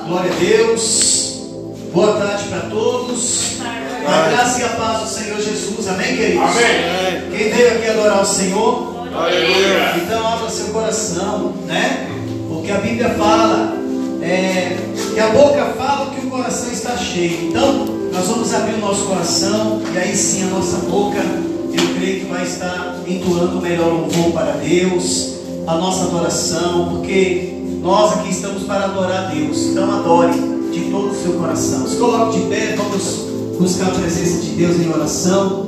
Glória a Deus. Boa tarde para todos. A graça e a paz do Senhor Jesus. Amém, queridos? Amém. Quem veio aqui adorar o Senhor? Aleluia. Então abra seu coração, né? Porque a Bíblia fala que a boca fala que o coração está cheio. Então nós vamos abrir o nosso coração e aí sim a nossa boca, eu creio que vai estar entoando o melhor louvor para Deus, a nossa adoração, porque nós aqui estamos para adorar a Deus. Então adore de todo o seu coração. Se coloque de pé, vamos buscar a presença de Deus em oração.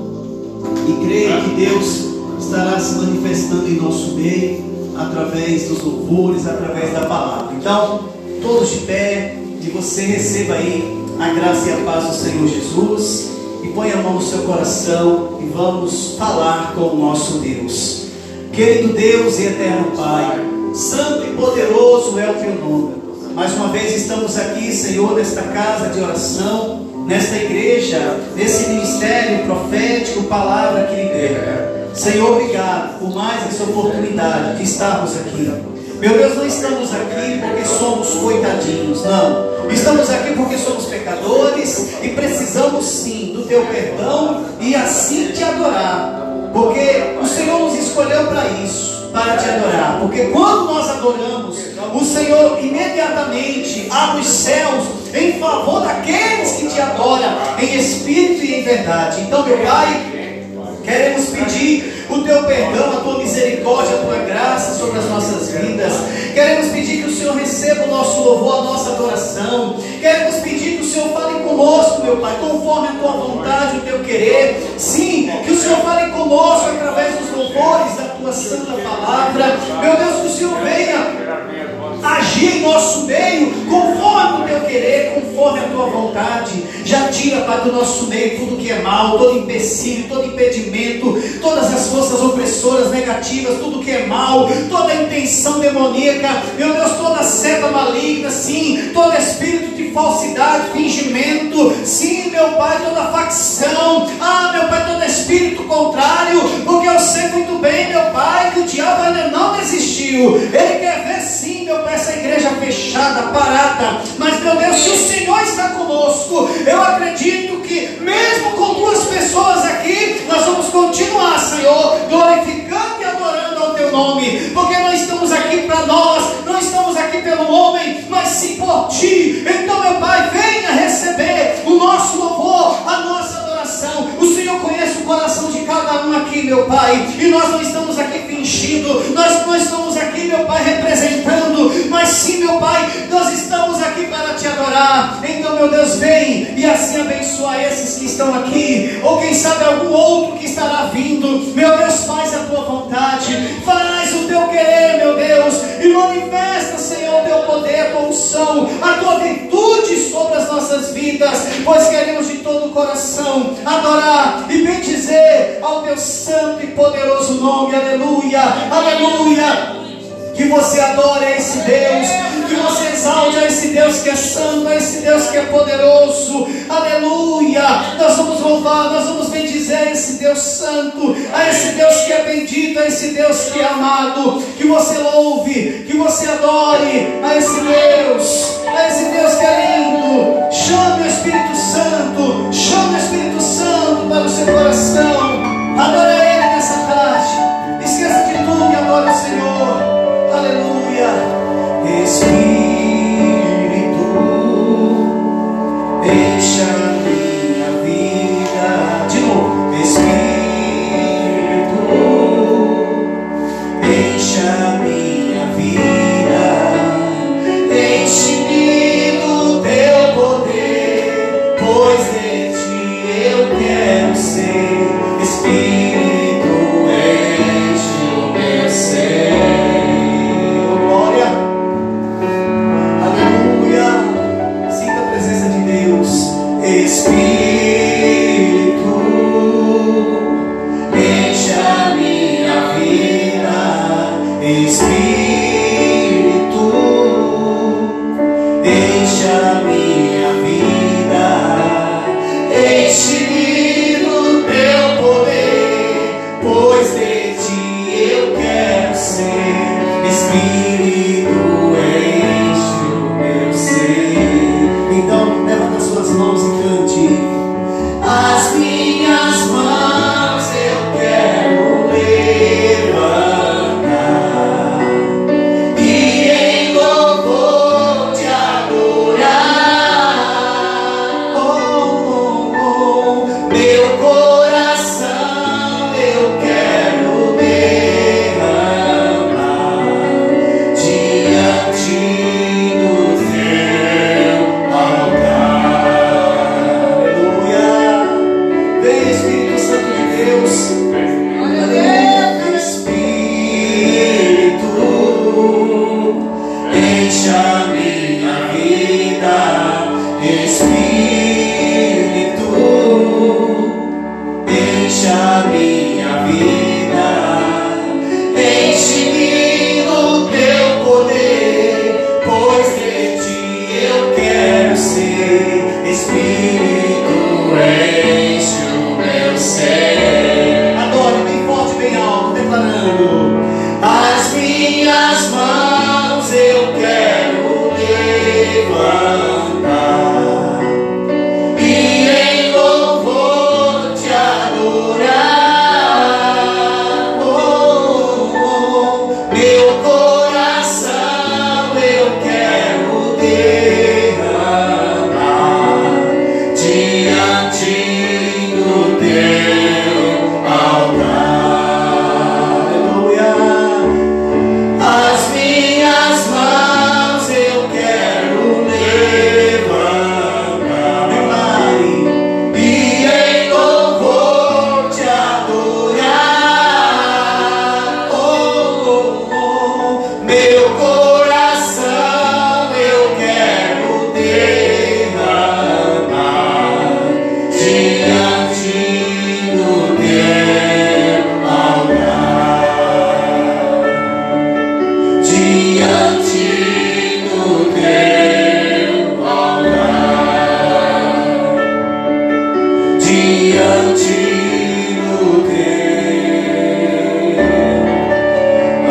E creio que Deus estará se manifestando em nosso meio, através dos louvores, através da palavra. Então, todos de pé, que você receba aí a graça e a paz do Senhor Jesus. E põe a mão no seu coração e vamos falar com o nosso Deus. Querido Deus e eterno Pai, santo e poderoso é o teu nome. Mais uma vez estamos aqui, Senhor, nesta casa de oração, nesta igreja, nesse ministério profético, palavra que libera. Senhor, obrigado por mais essa oportunidade de estarmos aqui. Meu Deus, não estamos aqui porque somos coitadinhos, não. Estamos aqui porque somos pecadores e precisamos sim do teu perdão e assim te adorar. Porque o Senhor nos escolheu para isso, para te adorar. Porque quando nós adoramos, o Senhor imediatamente abre os céus em favor daqueles que te adoram em espírito e em verdade. Então, meu Pai, queremos pedir o teu perdão, a tua misericórdia, a tua graça sobre as nossas vidas. Queremos pedir que o Senhor receba o nosso louvor, a nossa adoração. Queremos pedir que o Senhor fale conosco, meu Pai, conforme a tua vontade, o teu querer. Sim, que o Senhor fale conosco através dos louvores da tua santa palavra. Meu Deus, que o Senhor venha agir em nosso meio, conforme o teu querer, conforme a tua vontade. Já tira, Pai, do nosso meio tudo que é mal, todo empecilho, todo impedimento, todas as forças opressoras negativas, tudo que é mal, toda intenção demoníaca, meu Deus, toda seta maligna, sim, todo espírito de falsidade, fingimento, sim, meu Pai, toda facção, meu Pai, todo espírito contrário, porque eu sei muito bem, meu Pai, que o diabo ainda não desistiu. Ele quer ver, sim, meu Pai, essa igreja fechada, parada, mas, meu Deus, se o Senhor está conosco, eu acredito que mesmo com duas pessoas aqui, nós vamos continuar, Senhor, glorificando e adorando ao teu nome, porque não estamos aqui para nós, não estamos aqui pelo homem, mas sim por ti. Então, meu Pai, venha receber o nosso louvor, a nossa adoração. O Senhor conhece o coração de cada um aqui, meu Pai, e nós não estamos aqui fingindo, nós não estamos aqui, meu Pai, representando, mas sim, meu Pai, nós estamos aqui para te adorar. Então, meu Deus, vem e assim abençoa esses que estão aqui, ou quem sabe algum outro que estará vindo. Meu Deus, faz a tua vontade, faz o teu querer, meu Deus, e manifesta, Senhor, o teu poder, a tua unção, a tua virtude sobre as nossas vidas, pois queremos de todo o coração adorar e bendizer ao teu santo e poderoso nome. Aleluia, aleluia. Que você adore a esse Deus, que você exalte a esse Deus que é santo, a esse Deus que é poderoso. Aleluia. Nós vamos louvar, nós vamos bendizer a esse Deus santo, a esse Deus que é bendito, a esse Deus que é amado. Que você louve, que você adore a esse Deus que é lindo. Chame o Espírito Santo, chame o Espírito Santo para o seu coração. Adore Ele nessa tarde. Esqueça de tudo e adore o Senhor. Aleluia. Espírito, encha minha vida. De novo. Espírito, encha minha vida. Enche-me do teu poder, pois de ti eu quero ser. Espírito, enche o meu ser. Espírito, encha minha vida. Espírito, encha minha vida. Enche-me do teu poder, pois de ti eu quero ser. Espírito, enche o meu ser. Espírito, enche a minha vida, enche-me no teu poder, pois de ti eu quero ser. Espírito, enche o meu ser. Adore bem forte, bem alto, declarando: as minhas mãos eu quero levantar e em louvor te adorar. Oh, oh, oh. Meu coração eu quero derramar diante do teu altar. Aleluia. As minhas mãos eu quero levantar, declare, e em louvor te adorar. Oh, oh, oh. Meu coração eu quero derramar diante do teu altar, diante do teu altar, diante do teu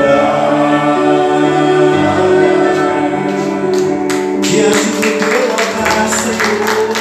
altar, diante do teu altar, Senhor.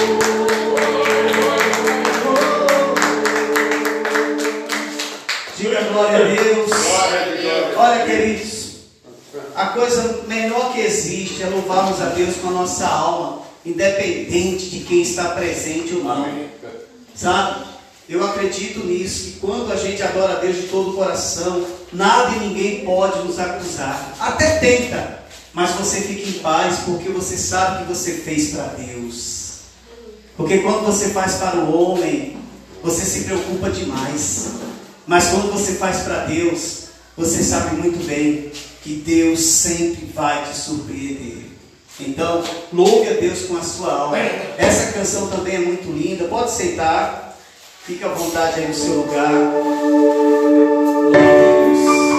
Diga glória a Deus. Olha, queridos, a coisa melhor que existe é louvarmos a Deus com a nossa alma, independente de quem está presente ou não. Sabe? Eu acredito nisso, que quando a gente adora a Deus de todo o coração, nada e ninguém pode nos acusar. Até tenta, mas você fica em paz, porque você sabe que você fez para Deus. Porque quando você faz para o homem, você se preocupa demais. Mas quando você faz para Deus, você sabe muito bem que Deus sempre vai te surpreender. Então, louve a Deus com a sua alma. Essa canção também é muito linda. Pode sentar. Fique à vontade aí no seu lugar. Glória a Deus.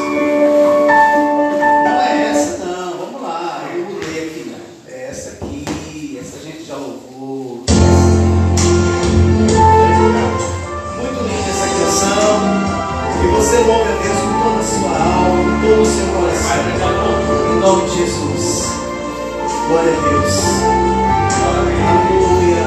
Não é essa, não. Vamos lá. Eu mudei aqui, não. É essa aqui. Essa a gente já louvou. Muito linda essa canção. Que você louve a Deus com toda a sua alma, com todo o seu coração. Em nome de Jesus. Glória a Deus. Aleluia.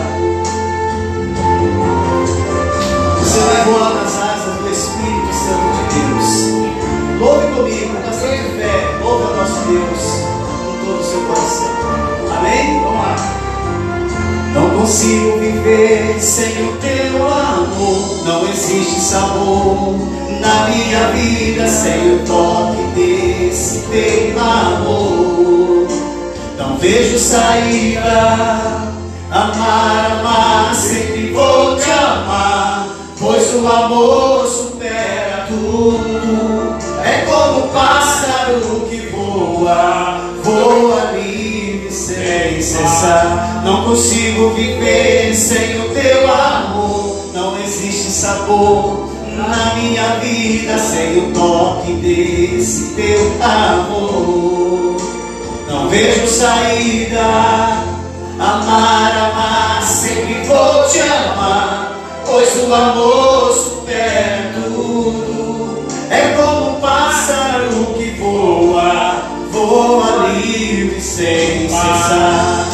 Você vai voar nas asas do Espírito Santo de Deus. Louve comigo, com bastante fé. Louve ao nosso Deus com todo o seu coração. Amém? Vamos lá. Não consigo viver sem o teu amor. Não existe sabor na minha vida sem o toque desse teu amor. Não vejo saída. Amar, amar, sempre vou te amar, pois o amor supera tudo. É como um pássaro que voa, voa livre sem cessar. Não consigo viver sem o teu amor. Não existe sabor na minha vida sem o toque desse teu amor. Não vejo saída. Amar, amar, sempre vou te amar, pois o amor supera tudo. É como um pássaro que voa, voa livre sem cessar.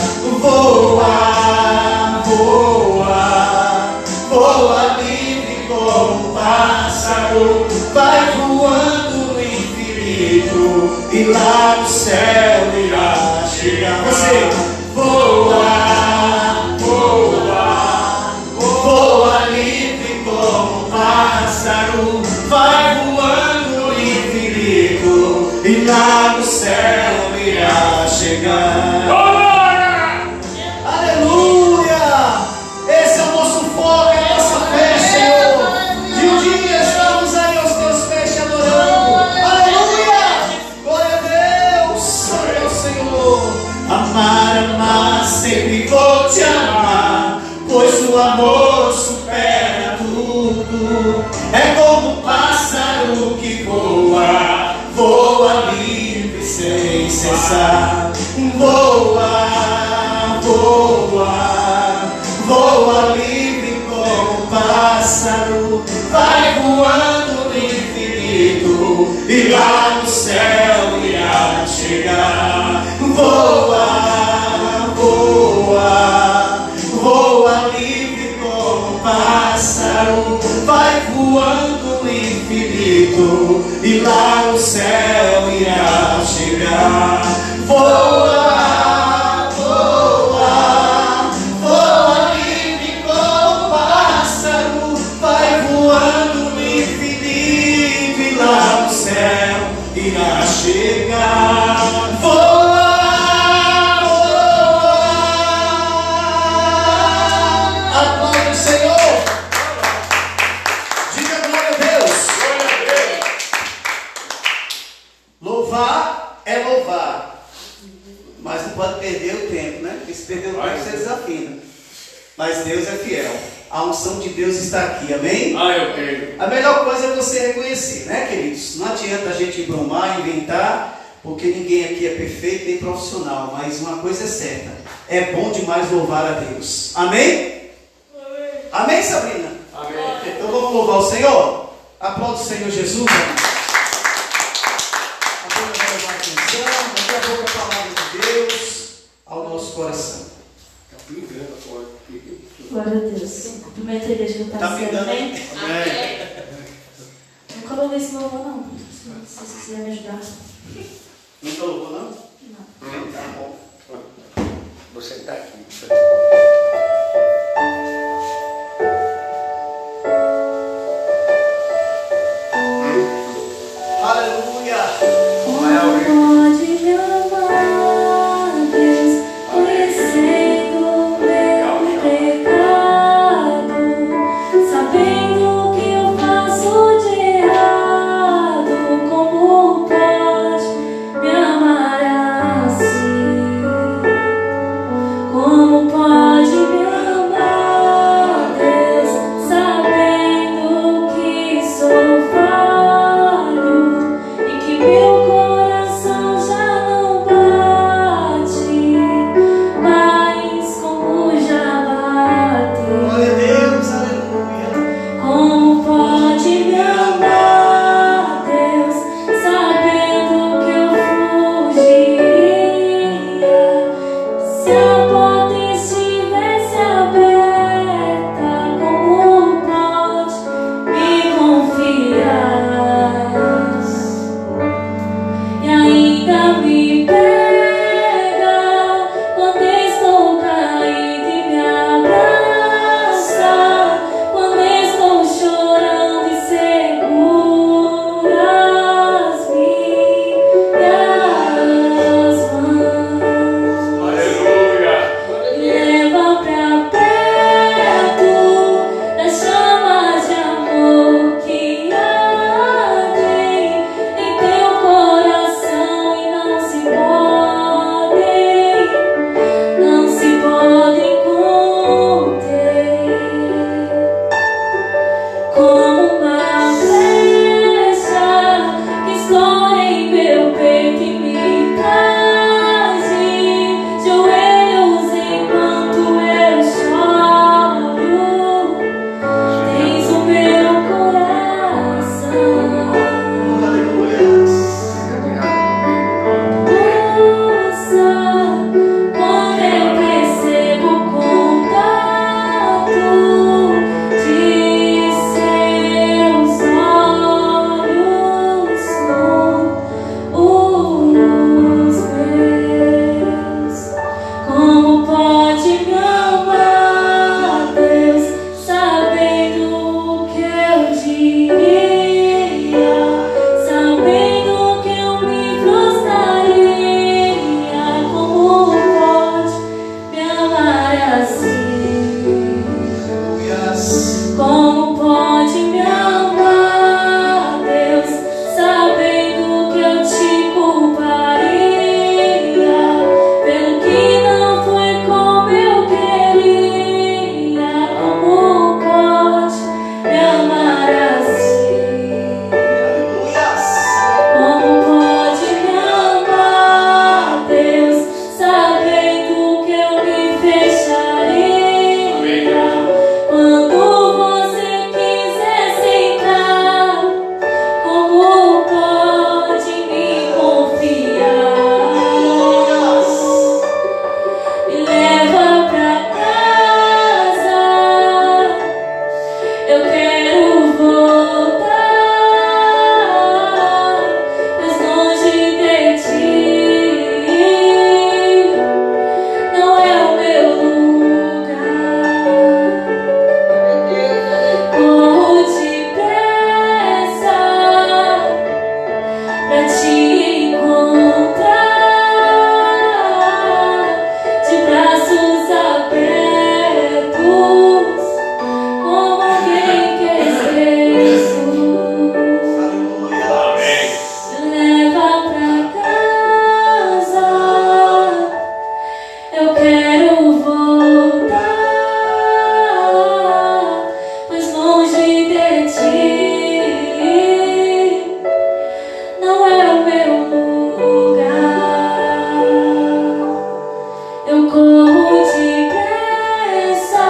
Voa, voa, voa livre como um pássaro. Vai voando no infinito e lá no céu irá chegar. Você voa, voa, voa livre como um pássaro. Vai voando no infinito e lá no céu irá chegar. Aleluia! Esse é o nosso foco, é a nossa fé, Senhor. De um dia estamos aí aos teus pés te adorando. Aleluia! Glória a Deus, glória ao Senhor. Amar, amar, sempre vou te Seu amor supera tudo. É como um pássaro que voa, voa livre sem cessar. Voa, voa, voa livre como um pássaro. Vai voando no infinito e lá no céu irá chegar. Voa, voa, voa livre como um pássaro. Vai voando no infinito e lá no céu irá chegar. Voa, voa, voa livre como um pássaro. Vai voando no infinito e lá no céu irá chegar. Voa, voa. Aplaude o Senhor. Diga glória a Deus. Louvar é louvar, mas não pode perder o tempo, né? Porque se perder o tempo, você desafina. Mas Deus é fiel. A unção de Deus está aqui, amém? Eu creio. A melhor coisa é você reconhecer, né, queridos? Não adianta a gente embromar, inventar, porque ninguém aqui é perfeito nem profissional. Mas uma coisa é certa: é bom demais louvar a Deus. Amém? Amém, Sabrina? Amém. Então vamos louvar o Senhor? Aplaude o Senhor Jesus, amém. Daqui a pouco a palavra de Deus ao nosso coração. Glória a Deus. Cumprimento a igreja que está Tá me sendo, dando, amém? hein? Nunca louvei esse louvor, não. Se você quiser me ajudar. Nunca louvou, não? Não. Tá bom. Você está aqui. Aleluia. Pode me amar, Deus, conhecendo meu pecado, sabendo o que eu faço de errado. Como pode me amar assim? Como pode me amar, Deus, sabendo que sou falho e que meu coração já não bate mais como já bateu? Glória a Deus, aleluia. Como pode me amar, Deus, sabendo que eu fugiria? Se a porta estivesse aberta, como pode me confiar? E ainda me pega quando estou caído e me abraça, quando estou chorando e segura as minhas mãos. Aleluia. Leva pra perto das chamas de amor que ardem em teu coração e não se podem conter. Como uma flecha que estoura em meu peito e me traz de joelhos enquanto eu choro. Tens o meu coração. Moça, quando eu percebo o contato de seus olhos com os meus, como pode me amar, Deus, sabendo o que eu diria, sabendo que eu me frustraria? Como pode me amar assim? Como pode me amar, Deus, sabendo que eu te culparia pelo que não foi como eu queria? eu corro depressa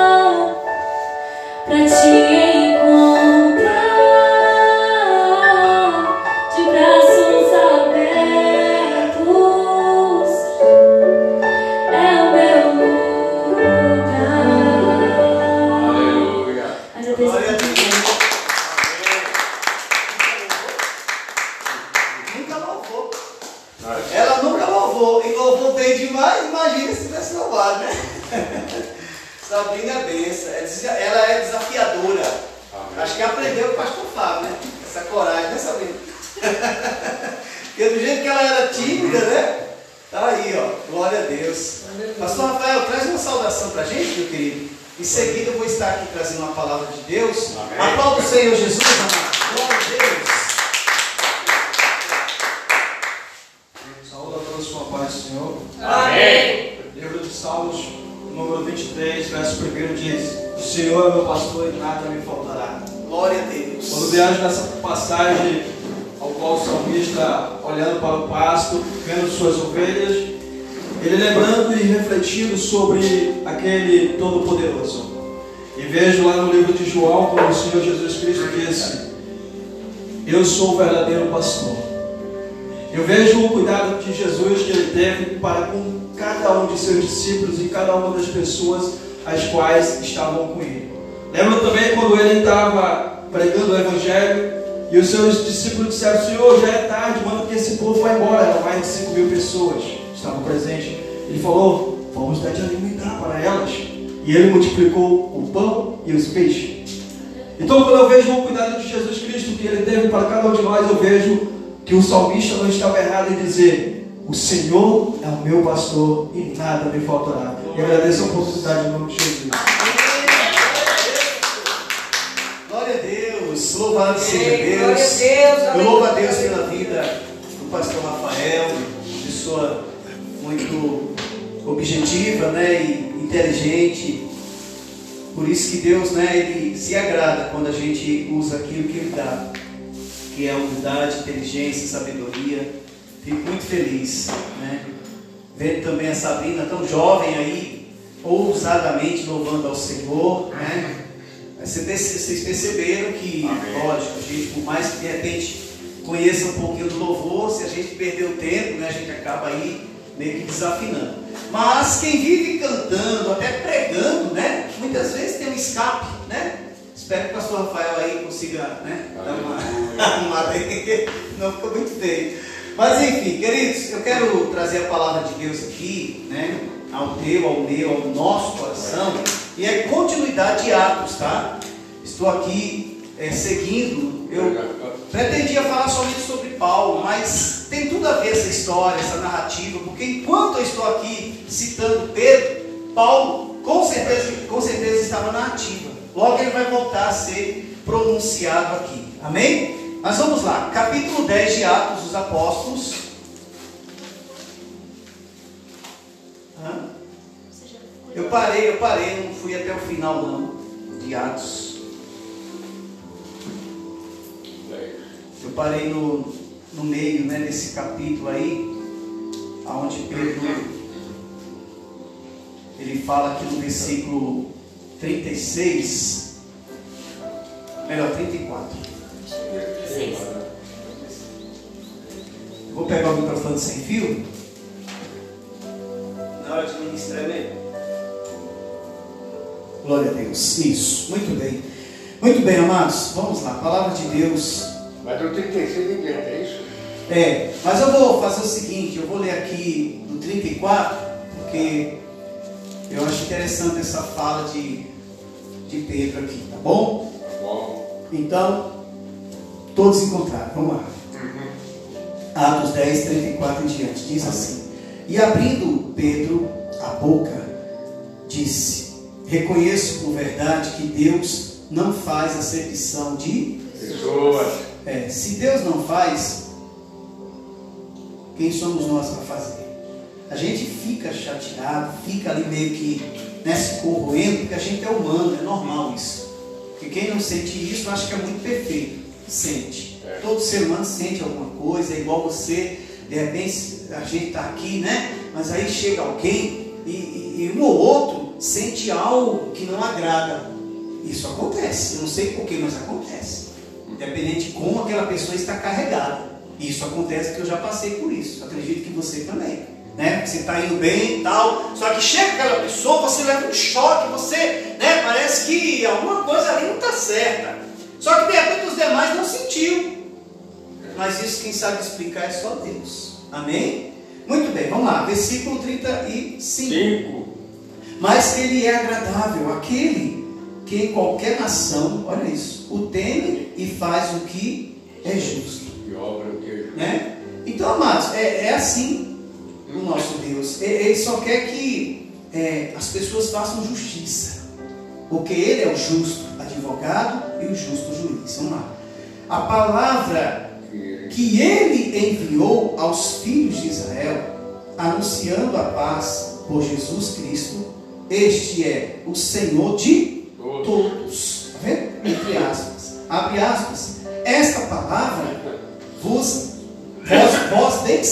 pra te encontrar, de braços abertos, é o meu lugar. Aleluia. Glória a Deus. Nunca louvou. Ela nunca louvou. E louvou bem demais. Imagina se tivesse louvado, né? Sabrina é benção. Ela é desafiadora. Amém. Acho que aprendeu com o pastor Fábio, né? Essa coragem, né, Sabrina? Porque do jeito que ela era tímida, né? Tá aí, ó. Glória a Deus. Pastor Rafael, traz uma saudação pra gente, meu querido. Em seguida eu vou estar aqui trazendo uma palavra de Deus. Amém. Aplauda o Senhor Jesus, amado. Glória a Deus. Saúde a todos com a paz do Senhor. Amém. Livro de Salmos, número 23, verso 1 diz: o Senhor é meu pastor e nada me faltará. Glória a Deus. Quando viajo nessa passagem, ao qual o salmista, olhando para o pasto, vendo suas ovelhas, ele lembrando e refletindo sobre aquele Todo-Poderoso. E vejo lá no livro de João, quando o Senhor Jesus Cristo disse: eu sou o verdadeiro pastor. Eu vejo o cuidado de Jesus que ele teve para com cada um de seus discípulos e cada uma das pessoas as quais estavam com ele. Lembro também quando ele estava pregando o Evangelho e os seus discípulos disseram: Senhor, já é tarde, manda que esse povo vá embora. Eram mais de 5.000 pessoas que estavam presentes. Ele falou: vamos dar de alimentar para elas. E ele multiplicou o pão e os peixes. Então, quando eu vejo o cuidado de Jesus Cristo que ele teve para cada um de nós, eu vejo que o salmista não estava errado em dizer: o Senhor é o meu pastor e nada me faltará. E agradeço a oportunidade em nome de Jesus. Glória a Deus. Louvado seja Deus. Glória a Deus. Eu louvo a Deus pela vida do pastor Rafael, pessoa muito objetiva, né, e inteligente. Por isso que Deus, né, ele se agrada quando a gente usa aquilo que ele dá, que é humildade, inteligência, sabedoria. Fico muito feliz, né, vendo também a Sabrina tão jovem aí, ousadamente louvando ao Senhor, né. Vocês perceberam que, lógico, a gente, por mais que de repente conheça um pouquinho do louvor, se a gente perder o tempo, né, a gente acaba aí meio que desafinando. Mas quem vive cantando, até pregando, né, muitas vezes tem um escape, né. Espero que o pastor Rafael aí consiga, né, dar uma arrumada aí, não ficou muito feio. Mas enfim, queridos, eu quero trazer a palavra de Deus aqui, né, ao teu, ao meu, ao nosso coração, e é continuidade de Atos, tá? Estou aqui seguindo, eu pretendia falar somente sobre Paulo, mas tem tudo a ver essa história, essa narrativa, porque enquanto eu estou aqui citando Pedro, Paulo com certeza estava na ativa. Logo ele vai voltar a ser pronunciado aqui. Amém? Mas vamos lá, capítulo 10 de Atos dos Apóstolos. Eu parei, não fui até o final não, de Atos. Eu parei no meio, né, desse capítulo aí, onde Pedro, ele fala aqui no versículo 36, melhor, 34. Eu vou pegar o microfone sem fio. Na hora de ministrar mesmo. Glória a Deus. Isso, muito bem. Muito bem, amados. Vamos lá, palavra de Deus. Mas do 36 em diante, é isso? É, mas eu vou fazer o seguinte, eu vou ler aqui do 34, porque eu acho interessante essa fala de Pedro aqui, tá bom? Tá bom. Então, todos encontraram, vamos lá. Atos 10, 34 em diante, diz assim: e abrindo Pedro a boca, disse: reconheço por verdade que Deus não faz acepção de Pessoas. se Deus não faz, quem somos nós para fazer? A gente fica chateado, fica ali meio que se corroendo, porque a gente é humano, é normal isso. Porque quem não sente isso, acha que é muito perfeito. Sente. Todo ser humano sente alguma coisa, é igual você, de repente a gente está aqui, né? Mas aí chega alguém e um ou outro sente algo que não agrada. Isso acontece, eu não sei porquê, mas acontece. Independente de como aquela pessoa está carregada. Isso acontece, porque eu já passei por isso. Acredito que você também, né? Você está indo bem e tal, só que chega aquela pessoa, você leva um choque, você, né? Parece que alguma coisa ali não está certa. Só que de repente os demais não sentiu. Mas isso quem sabe explicar é só Deus. Amém? Muito bem, vamos lá, versículo 35. Mas ele é agradável àquele que em qualquer nação, olha isso, o teme e faz o que é justo. Né? Então, amados, é assim o nosso Deus. Ele só quer que as pessoas façam justiça, porque Ele é o justo advogado e o justo juiz. Vamos lá. A palavra que Ele enviou aos filhos de Israel, anunciando a paz por Jesus Cristo, este é o Senhor de todos. Está vendo? Entre aspas. Abre aspas. Esta palavra vós bem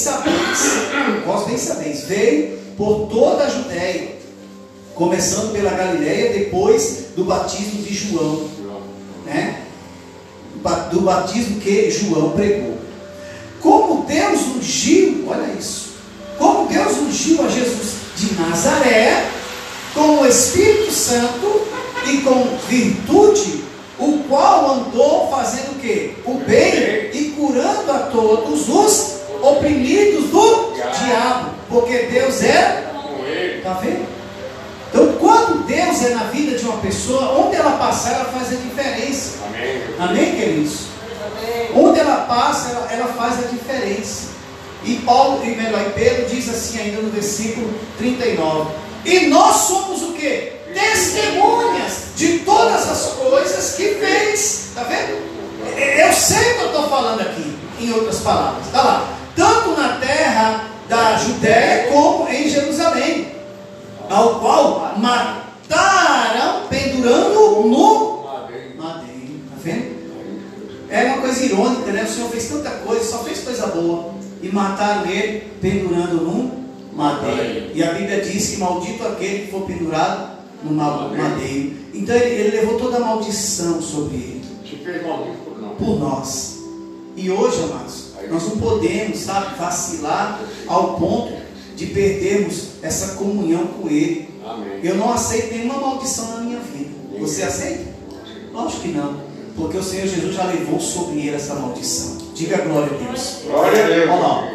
sabeis, veio por toda a Judéia, começando pela Galileia, depois do batismo de João, né? Do batismo que João pregou. Como Deus ungiu, olha isso, como Deus ungiu a Jesus de Nazaré, com o Espírito Santo e com virtude, o qual andou fazendo o quê? O bem e curando a todos os oprimidos do diabo, porque Deus é com ele. Está vendo? Então, quando Deus é na vida de uma pessoa, onde ela passar, ela faz a diferença. Amém, amém, queridos? Amém. Onde ela passa, ela faz a diferença. E Pedro diz assim ainda no versículo 39: e nós somos o quê? Testemunhas de todas as coisas que fez. Está vendo? Eu sei o que eu estou falando aqui, em outras palavras. Está lá. Tanto na terra da Judéia como em Jerusalém, ao qual mataram pendurando no madeiro. Está vendo? É uma coisa irônica, né? O Senhor fez tanta coisa, só fez coisa boa, e mataram ele pendurando no madeiro. E a Bíblia diz que maldito aquele que for pendurado no madeiro. Então ele levou toda a maldição sobre ele. Se fez maldito por nós. E hoje, amados, nós não podemos, sabe, vacilar ao ponto de perdermos essa comunhão com Ele. Amém. Eu não aceito nenhuma maldição na minha vida. Você aceita? Lógico que não, porque o Senhor Jesus já levou sobre Ele essa maldição. Diga glória a Deus. Glória a Deus. Olha lá.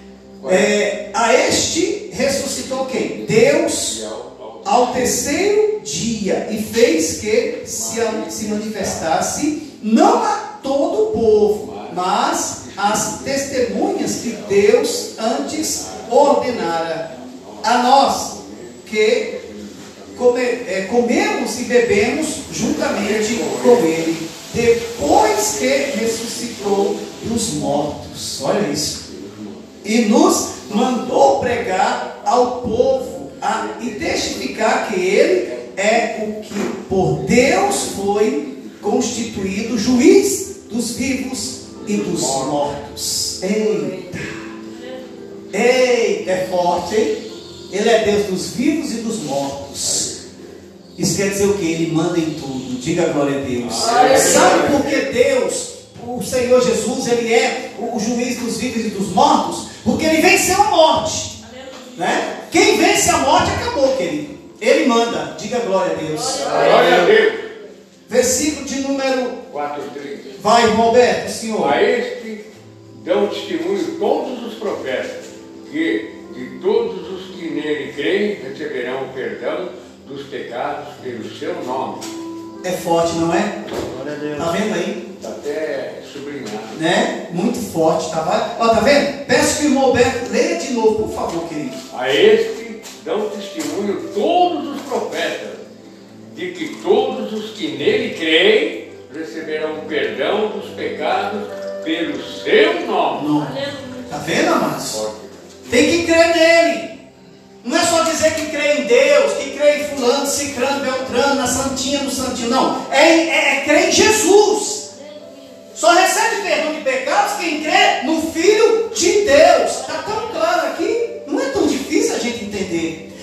A este ressuscitou quem? Deus ao terceiro dia, e fez que se manifestasse não a todo o povo, mas as testemunhas que Deus antes ordenara a nós, que comemos e bebemos juntamente com Ele, depois que ressuscitou dos mortos. Olha isso. E nos mandou pregar ao povo e testificar que Ele é o que por Deus foi constituído juiz dos vivos e dos mortos. Eita, é forte, hein? Ele é Deus dos vivos e dos mortos. Isso quer dizer o que? Ele manda em tudo. Diga glória a Deus. Sabe por que Deus, o Senhor Jesus, Ele é o juiz dos vivos e dos mortos? Porque Ele venceu a morte, né? Quem vence a morte acabou, querido. Ele manda. Diga glória a Deus. Glória a Deus. Versículo de número 4:30. Vai, irmão Alberto, Senhor. A este dão testemunho todos os profetas, que de todos os que nele creem receberão o perdão dos pecados pelo seu nome. É forte, não é? Glória a Deus. Tá vendo aí? Está até sublinhado. Né? Muito forte, tá? Ó, tá vendo? Peço que o irmão Alberto leia de novo, por favor, querido. A este dão testemunho todos os profetas, de que todos os que nele creem receberão o perdão dos pecados pelo seu nome. Tá vendo, amados? Tem que crer nele. Não é só dizer que crê em Deus, que crê em fulano, cicrano, beltrano, na santinha, no santinho. Não. É crer em Jesus. Só recebe perdão de pecados quem crê no Filho de Deus. Está tão claro aqui. Não é tão difícil a gente entender.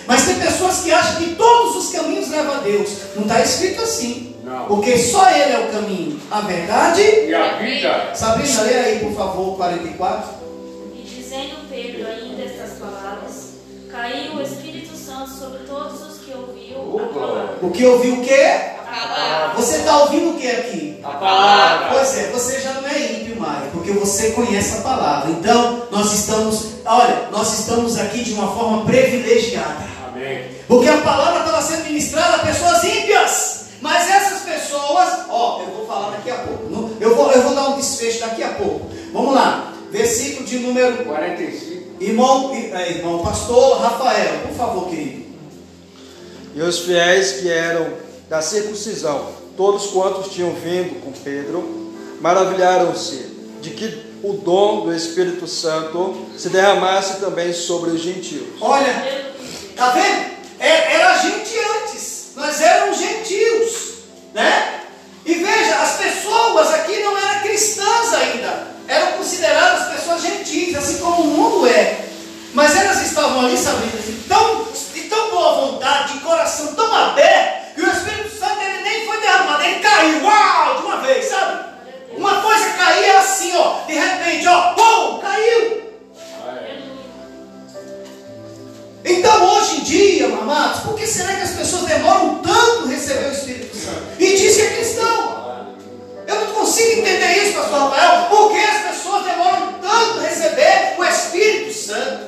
Mas tem pessoas que acham que todos os caminhos levam a Deus. Não está escrito assim. Não. Porque só Ele é o caminho, a verdade E a vida. Sabrina, lê aí por favor 44. E dizendo Pedro ainda estas palavras, caiu o Espírito Santo sobre todos os que ouviu a palavra. O que ouviu o quê? A palavra. Você está ouvindo o que aqui? A palavra. Pois é, você já não é ímpio mais, porque você conhece a palavra. Então, nós estamos aqui de uma forma privilegiada. Amém. Porque a palavra estava sendo ministrada a pessoas ímpias. Mas essas pessoas, eu vou falar daqui a pouco. Eu vou dar um desfecho daqui a pouco. Vamos lá. Versículo de número 45. Irmão pastor Rafael, por favor, querido. E os fiéis que eram da circuncisão, todos quantos tinham vindo com Pedro, maravilharam-se de que o dom do Espírito Santo se derramasse também sobre os gentios. Olha, tá vendo? Era gente antes, nós éramos gentios, né? E veja, as pessoas aqui não eram cristãs ainda, eram consideradas pessoas gentis, assim como o mundo é. Mas elas estavam ali, sabe, de tão boa vontade, de coração tão aberto, que o Espírito Santo ele nem foi derramado, ele caiu, uau, de uma vez, sabe? Uma coisa caía assim, de repente, pum, caiu. Então hoje em dia, amados, por que será que as pessoas demoram tanto a receber o Espírito Santo? E diz que é cristão. Eu não consigo entender isso, pastor Rafael. Por que as pessoas demoram tanto a receber o Espírito Santo?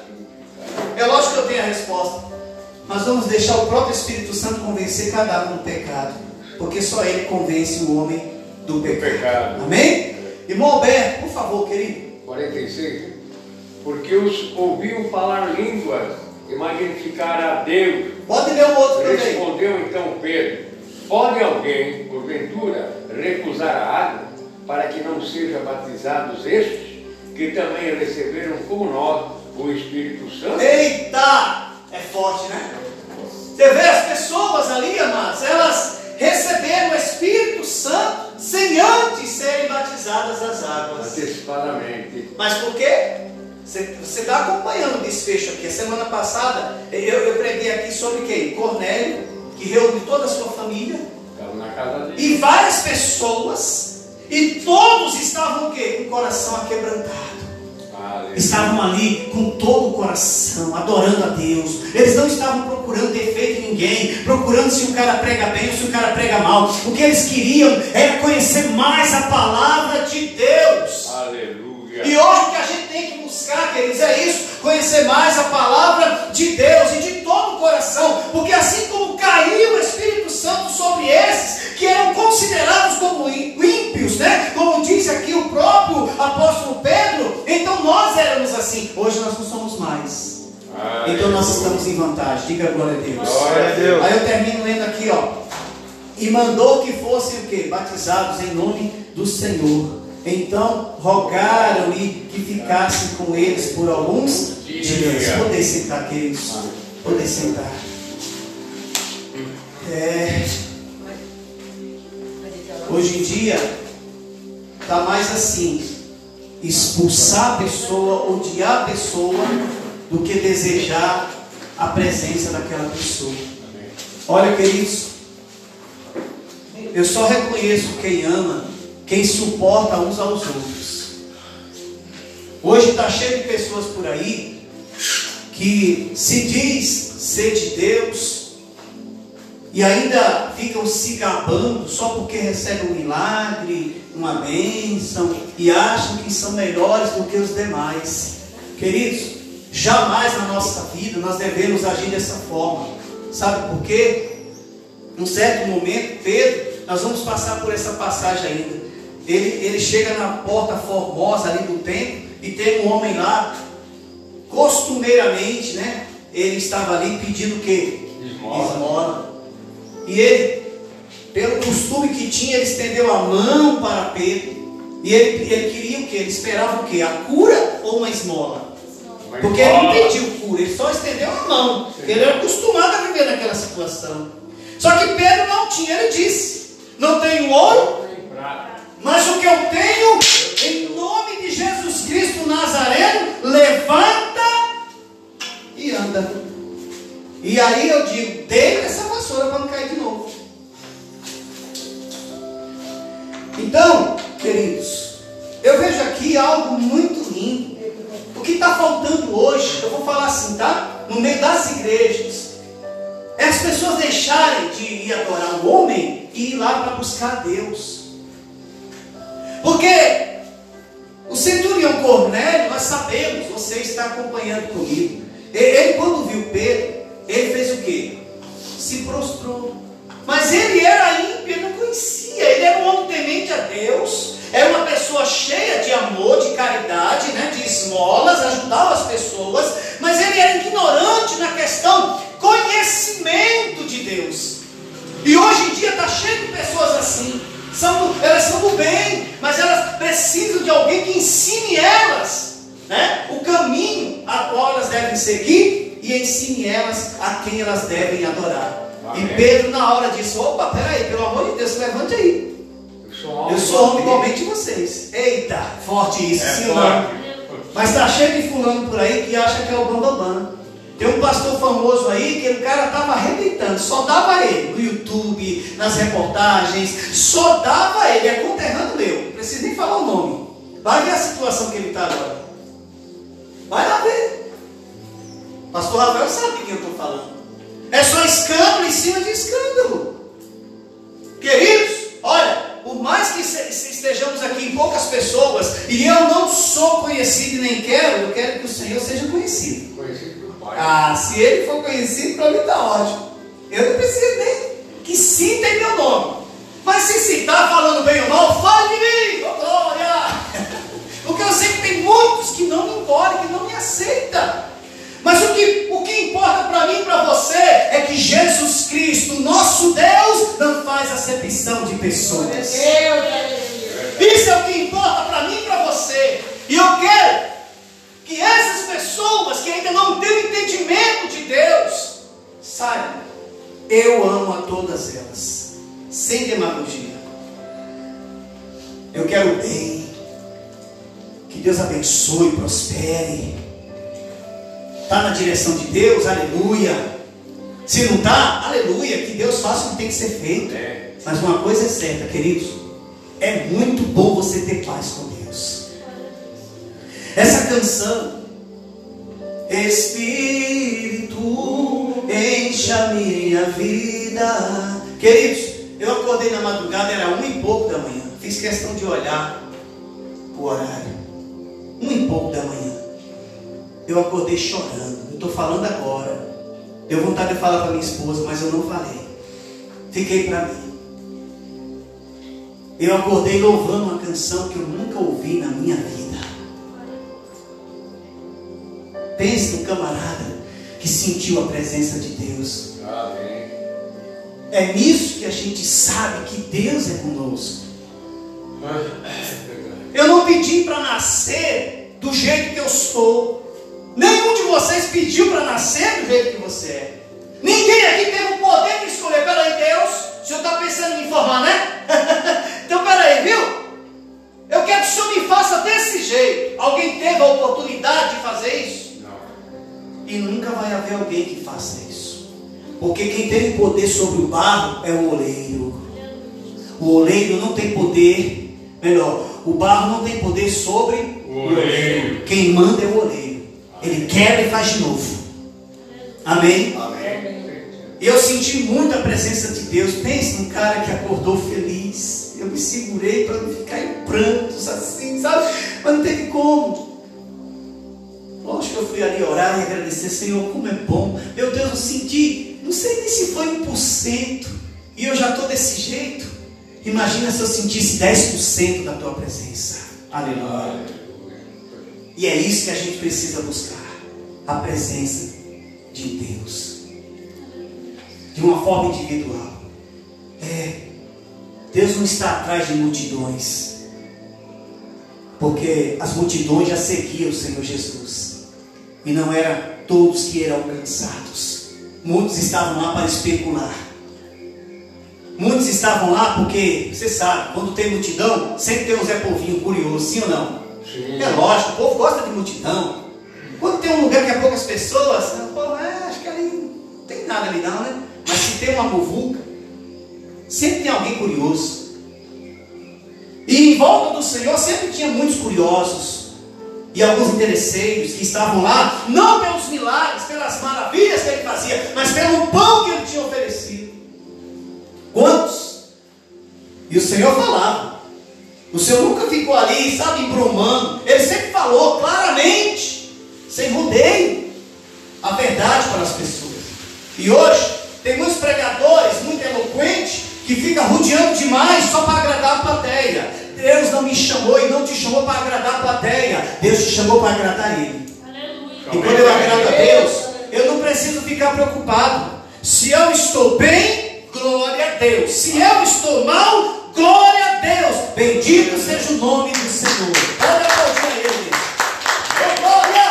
É lógico que eu tenho a resposta. Mas vamos deixar o próprio Espírito Santo convencer cada um do pecado. Porque só Ele convence o homem do pecado. Amém? Irmão Alberto, por favor, querido. 46. Porque os ouviam falar línguas e magnificar a Deus. Pode ler o outro também. Respondeu então Pedro: pode alguém, porventura, recusar a água para que não sejam batizados estes, que também receberam como nós o Espírito Santo? Eita! É forte, né? Você vê as pessoas ali, amados, elas receberam o Espírito Santo sem antes serem batizadas nas águas. Antecipadamente. Mas por quê? Você está acompanhando o desfecho aqui. A semana passada eu preguei aqui sobre quem? Cornélio, que reuniu toda a sua família. Estavam na casa dele. E várias pessoas. E todos estavam o quê? Com o coração aquebrantado. Estavam ali com todo o coração, adorando a Deus. Eles não estavam procurando defeito em ninguém, procurando se o cara prega bem ou se o cara prega mal. O que eles queriam era conhecer mais a palavra de Deus. Aleluia. E hoje o que a gente tem que buscar, queridos, é isso: conhecer mais a palavra de Deus e de todo o coração. Porque assim como caiu o Espírito Santo sobre esses que eram considerados como ímpios, né? Como diz aqui o próprio apóstolo Pedro, então nós éramos assim. Hoje nós não somos mais. Então nós estamos em vantagem. Diga glória a Deus. Glória a Deus. Aí eu termino lendo aqui, e mandou que fossem o quê? Batizados em nome do Senhor. Então rogaram-lhe que ficassem com eles por alguns dias. Podem sentar, queridos. Podem sentar. Hoje em dia está mais assim: expulsar a pessoa, odiar a pessoa, do que desejar a presença daquela pessoa. Olha, queridos, eu só reconheço quem ama, quem suporta uns aos outros. Hoje está cheio de pessoas por aí que se diz ser de Deus e ainda ficam se gabando só porque recebem um milagre, uma bênção, e acham que são melhores do que os demais. Queridos, jamais na nossa vida nós devemos agir dessa forma. Sabe por quê? Num certo momento, Pedro, nós vamos passar por essa passagem ainda. Ele chega na porta formosa ali do templo e tem um homem lá, costumeiramente, né? Ele estava ali pedindo o quê? Esmola. E ele, pelo costume que tinha, ele estendeu a mão para Pedro. E ele queria o quê? Ele esperava o quê? A cura ou uma esmola? Porque ele não pediu cura, ele só estendeu a mão. Ele era acostumado a viver naquela situação. Só que Pedro não tinha, ele disse: não tenho ouro, mas o que eu tenho, em nome de Jesus Cristo Nazareno, levanta e anda. E aí eu digo, deita essa vassoura para não cair de novo. Então, queridos, eu vejo aqui algo muito lindo. O que está faltando hoje, eu vou falar assim, tá? No meio das igrejas, é as pessoas deixarem de ir adorar o homem e ir lá para buscar Deus. Porque o centurião Cornélio, nós sabemos, você está acompanhando comigo. Ele quando viu Pedro, ele fez o quê? Se prostrou. Mas ele era ímpio, ele não conhecia. Ele era um homem temente a Deus. Era uma pessoa cheia de amor, de caridade, né, de esmolas, ajudava as pessoas. Mas ele era ignorante na questão conhecimento de Deus. E hoje em dia está cheio de pessoas assim. Elas são do bem, mas elas precisam de alguém que ensine elas, né, o caminho a qual elas devem seguir e ensine elas a quem elas devem adorar. Amém. E Pedro na hora disse, opa, peraí, pelo amor de Deus, levante aí. Eu sou homem igualmente vocês. Eita, forte isso, sim ou não? Mas está cheio de fulano por aí que acha que é o bambambam. Tem um pastor famoso aí que o cara estava arrebentando, só dava ele no YouTube, nas reportagens, só dava ele, é conterrâneo meu, não precisa nem falar o nome. Vai ver a situação que ele está agora. Vai lá ver. Pastor Rafael sabe de quem eu estou falando. É só escândalo em cima de escândalo. Queridos, olha, por mais que estejamos aqui em poucas pessoas, e eu não sou conhecido e nem quero, eu quero que o Senhor seja conhecido. Ah, se ele for conhecido, para mim está ótimo. Eu não preciso nem que citem meu nome. Mas se citar falando bem ou mal, fale de mim, oh glória. Porque eu sei que tem muitos que não me engolem, que não me aceitam. Mas o que importa para mim e para você é que Jesus Cristo, nosso Deus, não faz acepção de pessoas. Isso é o que importa para mim e para você. E eu quero que essas pessoas que ainda não têm o entendimento de Deus saibam, eu amo a todas elas, sem demagogia. Eu quero o bem, que Deus abençoe, prospere. Está na direção de Deus, aleluia. Se não está, aleluia, que Deus faça o que tem que ser feito. Mas uma coisa é certa, queridos, é muito bom você ter paz com Deus. Essa canção, Espírito, enche a minha vida. Queridos, eu acordei na madrugada, era 1h pouco da manhã. Fiz questão de olhar o horário. 1h pouco da manhã. Eu acordei chorando. Eu estou falando agora. Deu vontade de falar para minha esposa, mas eu não falei. Fiquei para mim. Eu acordei louvando uma canção que eu nunca ouvi na minha vida. Pense no camarada que sentiu a presença de Deus. Amém. É nisso que a gente sabe que Deus é conosco. Eu não pedi para nascer do jeito que eu sou. Nenhum de vocês pediu para nascer do jeito que você é. Ninguém aqui teve o poder de escolher. Peraí, Deus, o Senhor está pensando em me informar, né? Então peraí, viu? Eu quero que o Senhor me faça desse jeito. Alguém teve a oportunidade de fazer isso? E nunca vai haver alguém que faça isso. Porque quem tem poder sobre o barro é o oleiro. O oleiro não tem poder. Melhor, o barro não tem poder sobre o oleiro. Quem manda é o oleiro. Ele quebra e faz de novo. Amém? Amém. E eu senti muito a presença de Deus. Pense num cara que acordou feliz. Eu me segurei para não ficar em prantos assim, sabe? Mas não teve como. Lógico que eu fui ali orar e agradecer, Senhor, como é bom. Meu Deus, eu senti, não sei nem se foi 1%, e eu já estou desse jeito. Imagina se eu sentisse 10% da tua presença. Aleluia. E é isso que a gente precisa buscar, a presença de Deus, de uma forma individual. Deus não está atrás de multidões, porque as multidões já seguiam o Senhor Jesus. E não eram todos que eram alcançados. Muitos estavam lá para especular. Muitos estavam lá porque, você sabe, quando tem multidão, sempre tem um Zé Povinho curioso, sim ou não? Sim. É lógico, o povo gosta de multidão. Quando tem um lugar que é poucas pessoas, o povo, acho que ali Não tem nada ali não, né? Mas se tem uma muvuca, sempre tem alguém curioso. E em volta do Senhor sempre tinha muitos curiosos. E alguns interesseiros que estavam lá, não pelos milagres, pelas maravilhas que ele fazia, mas pelo pão que ele tinha oferecido. Quantos? E o Senhor falava. O Senhor nunca ficou ali, sabe, embromando. Ele sempre falou claramente, sem rodeio, a verdade para as pessoas. E hoje, tem muitos pregadores, muito eloquentes, que ficam rodeando demais só para agradar a plateia. Deus não me chamou e não te chamou para agradar a plateia. Deus te chamou para agradar Ele. Aleluia. E quando eu agrado a Deus, eu não preciso ficar preocupado. Se eu estou bem, glória a Deus. Se eu estou mal, glória a Deus. Bendito seja o nome do Senhor. Olha a Ele. Oh, glória!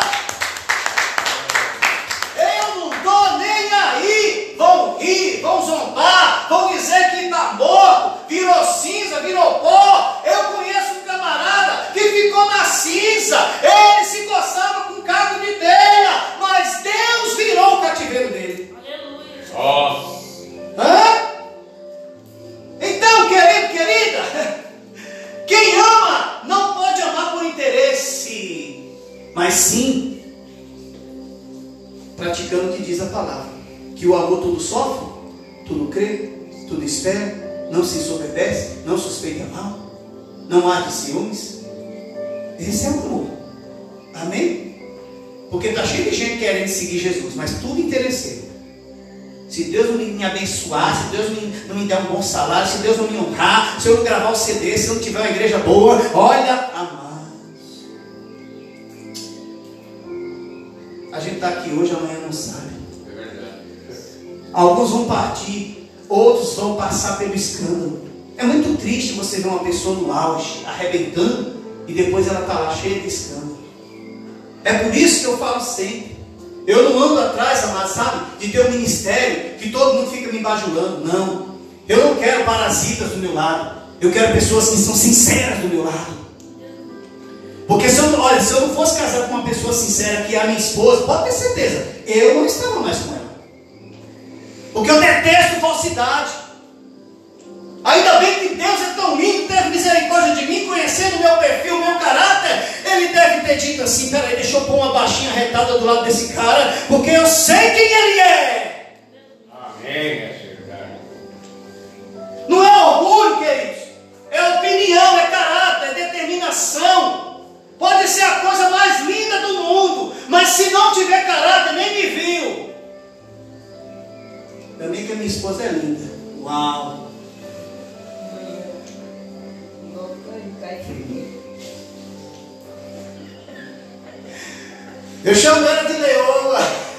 Eu não estou nem aí. Vão rir, vão zombar, vão dizer que está morto, virou cinza, virou pó. Eu conheço um camarada que ficou na cinza. Ele se coçava com caco de telha, mas Deus virou o cativeiro dele. Aleluia. Hã? Então, querido, querida, quem ama não pode amar por interesse, mas sim praticando o que diz a palavra, que o amor tudo sofre, tudo crê, tudo espera, não se ensoberbece, não suspeita mal, não há de ciúmes. Esse é o amor. Amém? Porque está cheio de gente querendo seguir Jesus, mas tudo interesseiro. Se Deus não me abençoar, se Deus não me der um bom salário, se Deus não me honrar, se eu não gravar o CD, se eu não tiver uma igreja boa, olha, amados, a gente está aqui hoje, amanhã não sabe. É verdade. Alguns vão partir, outros vão passar pelo escândalo. É muito triste você ver uma pessoa no auge, arrebentando, e depois ela está lá cheia de escândalo. É por isso que eu falo sempre, eu não ando atrás, amado, sabe, de ter um ministério que todo mundo fica me bajulando. Não, eu não quero parasitas do meu lado. Eu quero pessoas que são sinceras do meu lado. Porque se eu não fosse casado com uma pessoa sincera, que é a minha esposa, pode ter certeza, eu não estava mais com ela. Porque eu detesto falsidade. Ainda bem que Deus é tão lindo, teve misericórdia de mim, conhecendo o meu perfil, o meu caráter. Ele deve ter dito assim: peraí, deixa eu pôr uma baixinha retada do lado desse cara, porque eu sei quem ele é. Amém, é verdade. Não é orgulho, queridos, é opinião, é caráter, é determinação. Pode ser a coisa mais linda do mundo, mas se não tiver caráter, nem me viu. Também que a minha esposa é linda. Uau! Eu chamo ela de leoa.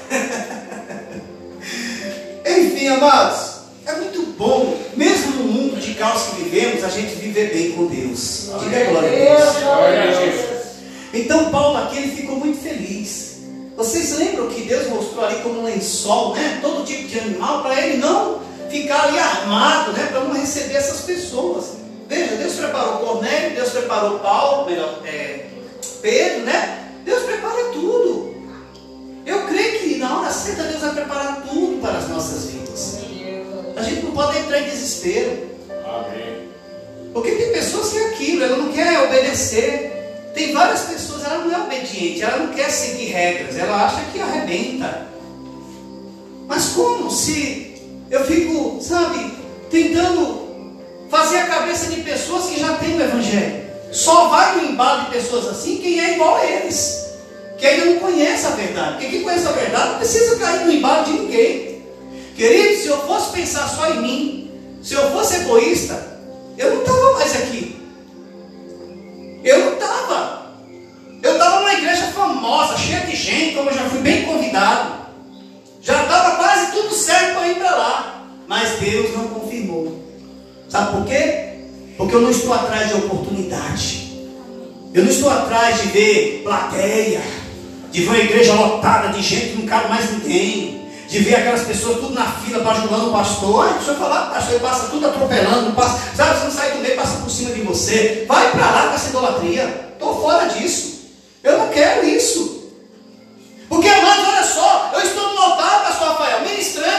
Enfim, amados, é muito bom, mesmo no mundo de caos que vivemos, a gente viver bem com Deus. Diga glória a Deus. Então Paulo aqui, ele ficou muito feliz. Vocês lembram que Deus mostrou ali como um lençol, né? Todo tipo de animal, para ele não ficar ali armado, né? Para não receber essas pessoas. Veja, Deus preparou Cornélio, Deus preparou Paulo, Pedro, né? Deus prepara tudo. Eu creio que na hora certa Deus vai preparar tudo para as nossas vidas. A gente não pode entrar em desespero. Amém. Porque tem pessoas que é aquilo, ela não quer obedecer. Tem várias pessoas, ela não é obediente, ela não quer seguir regras, ela acha que arrebenta. Mas como? Se eu fico, sabe, tentando fazer a cabeça de pessoas que já têm o Evangelho. Só vai no embalo de pessoas assim quem é igual a eles, que ainda não conhece a verdade. Porque quem conhece a verdade não precisa cair no embalo de ninguém. Querido, se eu fosse pensar só em mim, se eu fosse egoísta, eu não estava mais aqui. Eu não estava. Eu estava numa igreja famosa, cheia de gente, como eu já fui bem convidado. Já estava quase tudo certo para ir para lá. Mas Deus não confirmou. Sabe por quê? Porque eu não estou atrás de oportunidade. Eu não estou atrás de ver plateia, de ver uma igreja lotada de gente que não cabe mais ninguém, de ver aquelas pessoas tudo na fila bajulando o pastor. Ai, deixa eu falar, o pastor passa tudo atropelando, não passa, sabe, você não sai do meio, passa por cima de você. Vai para lá com essa idolatria. Estou fora disso. Eu não quero isso. Porque, amados, olha só, eu estou no altar, pastor Rafael, ministrando.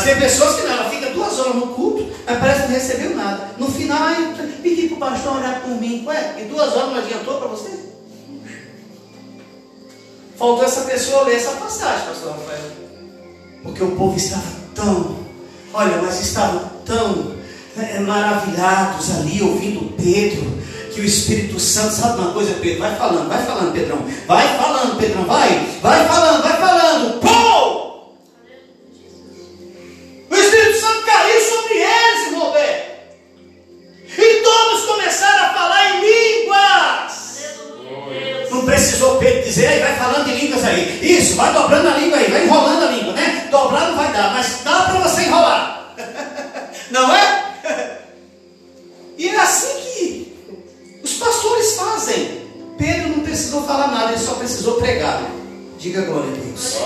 tem pessoas que não, ela fica 2 horas no culto, mas parece que não recebeu nada. No final, pedi para o pastor olhar por mim. Ué, em 2 horas não adiantou para você? Faltou essa pessoa ler essa passagem, pastor Rafael. Porque o povo estava tão, mas estavam tão maravilhados ali, ouvindo Pedro, que o Espírito Santo, sabe uma coisa, Pedro? Vai falando, Pedrão. Vai falando, Pedrão, vai falando. Pum! O Espírito Santo caiu sobre eles, irmão Beto. E todos começaram a falar em línguas. Não precisou Pedro dizer, aí vai falando em línguas aí. Isso, vai dobrando a língua aí, vai enrolando a língua, né? Dobrar não vai dar, mas dá para você enrolar. Não é? E é assim que os pastores fazem. Pedro não precisou falar nada, ele só precisou pregar. Diga glória a Deus.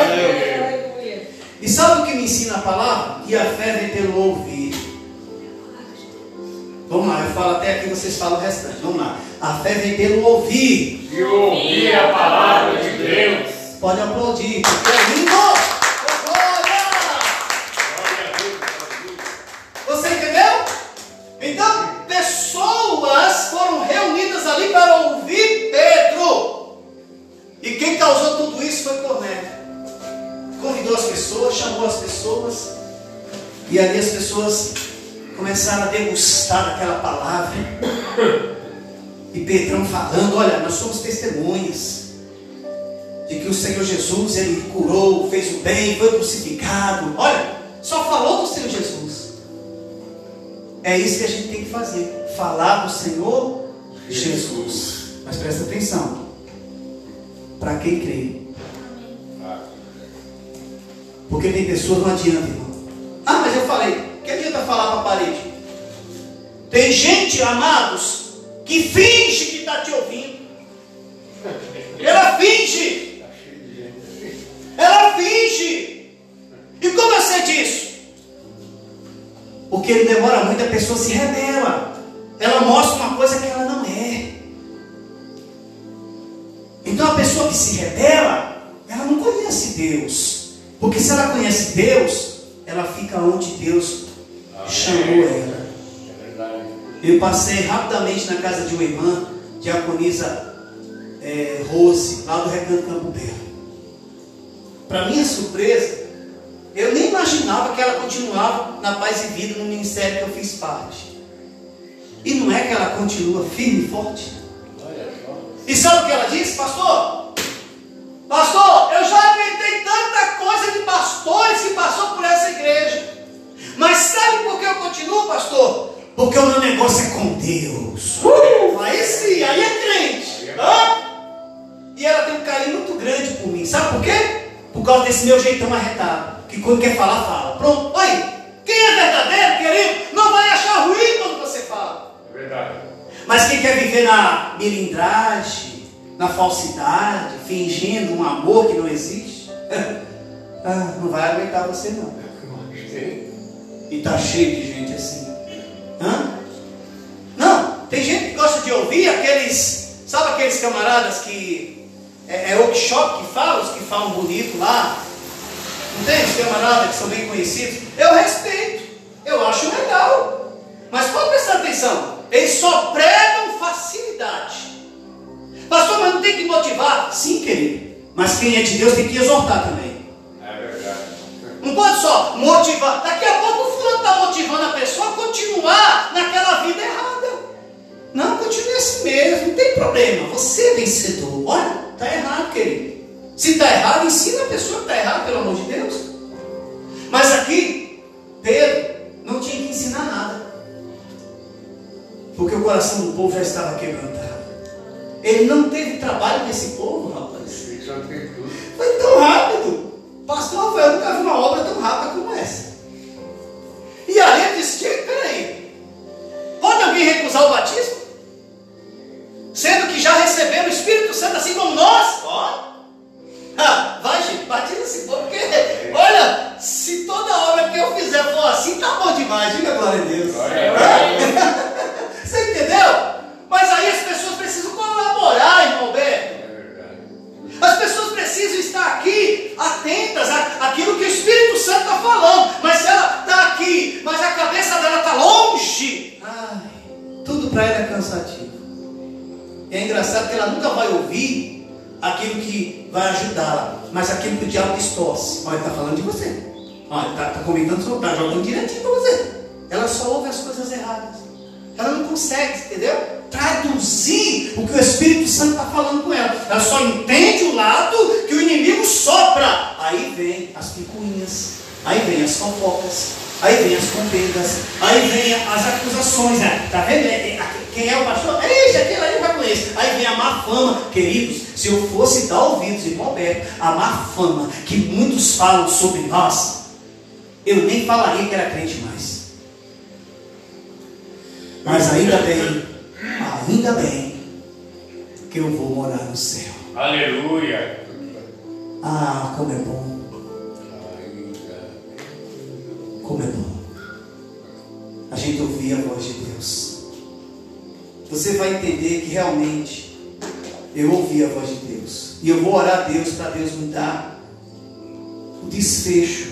E sabe o que me ensina a palavra? Que a fé vem pelo ouvir. Vamos lá, eu falo até aqui, vocês falam o restante. Vamos lá. A fé vem pelo ouvir. E ouvir a palavra de Deus. Pode aplaudir. É lindo! Você entendeu? Então, pessoas foram reunidas ali para ouvir Pedro. E quem causou tudo isso foi Cornélio. Convidou as pessoas, chamou as pessoas. E ali as pessoas começaram a degustar aquela palavra. E Pedrão falando, olha, nós somos testemunhas de que o Senhor Jesus, Ele curou, fez o bem, foi crucificado. Olha, só falou do Senhor Jesus. É isso que a gente tem que fazer. Falar do Senhor Jesus. Mas presta atenção. Para quem crê. Porque tem pessoas, não adianta, irmão. Ah, mas eu falei. Que adianta falar para a parede? Tem gente, amados, que finge que está te ouvindo. Ela finge. Ela finge. E como eu sei disso? Porque ele demora muito, a pessoa se rebela. Ela mostra uma coisa que ela não é. Então a pessoa que se rebela, ela não conhece Deus. Porque se ela conhece Deus, ela fica onde Deus chamou ela. Eu passei rapidamente na casa de uma irmã, diaconisa Rose, lá do Recanto Campo Belo. Para minha surpresa, eu nem imaginava que ela continuava na Paz e Vida no ministério que eu fiz parte. E não é que ela continua firme e forte? E sabe o que ela disse, pastor? Pastor, eu já aguentei tanta coisa de pastores que passou por essa igreja. Mas sabe por que eu continuo, pastor? Porque o meu negócio é com Deus. Aí sim, aí é crente. E ela tem um carinho muito grande por mim. Sabe por quê? Por causa desse meu jeitão arretado. Que quando quer falar, fala. Pronto, aí. Quem é verdadeiro, querido, não vai achar ruim quando você fala. É verdade. Mas quem quer viver na milindragem, na falsidade, fingindo um amor que não existe, não vai aguentar você não. E está cheio de gente assim. Não, tem gente que gosta de ouvir aqueles, sabe aqueles camaradas que é workshop que falam, os que falam bonito lá. Não tem os camaradas que são bem conhecidos? Eu respeito, eu acho legal. Mas pode prestar atenção, eles só pregam facilidade. Pastor, mas não tem que motivar? Sim, querido. Mas quem é de Deus tem que exortar também. É verdade. Não pode só motivar. Daqui a pouco o fulano está motivando a pessoa a continuar naquela vida errada. Não, continue assim mesmo, não tem problema. Você é vencedor. Olha, está errado, querido. Se está errado, ensina a pessoa que está errada, pelo amor de Deus. Mas aqui, Pedro não tinha que ensinar nada. Porque o coração do povo já estava quebrantado. Ele não teve trabalho nesse povo, rapaz. Foi tão rápido. Pastor Rafael nunca viu uma obra tão rápida como essa. E aí ele disse: peraí, pode alguém recusar o batismo? Sendo que já receberam o Espírito Santo assim como nós? Vai, gente, batiza esse povo, porque olha, se toda obra que eu fizer for assim, tá bom demais. Diga glória a Deus. Você entendeu? Mas aí as pessoas precisam colaborar, irmão Beto. As pessoas precisam estar aqui atentas àquilo que o Espírito engraçado que ela nunca vai ouvir aquilo que vai ajudá-la, mas aquilo que o diabo distorce. Olha, está falando de você. Olha, está comentando, está jogando direitinho para você. Ela só ouve as coisas erradas. Ela não consegue, entendeu? Traduzir o que o Espírito Santo está falando com ela. Ela só entende o lado que o inimigo sopra. Aí vem as picuinhas, aí vem as fofocas, aí vem as contendas, aí vem as acusações. Está vendo? Quem é o pastor? Ixi, aquele ali eu já conheço. Aí vem a má fama. Queridos, se eu fosse dar ouvidos, irmão Alberto, a má fama que muitos falam sobre nós, eu nem falaria que era crente mais. Mas ainda bem que eu vou morar no céu. Aleluia. Ah, como é bom. Como é bom a gente ouvir a voz de Deus. Você vai entender que realmente eu ouvi a voz de Deus. E eu vou orar a Deus para Deus me dar o desfecho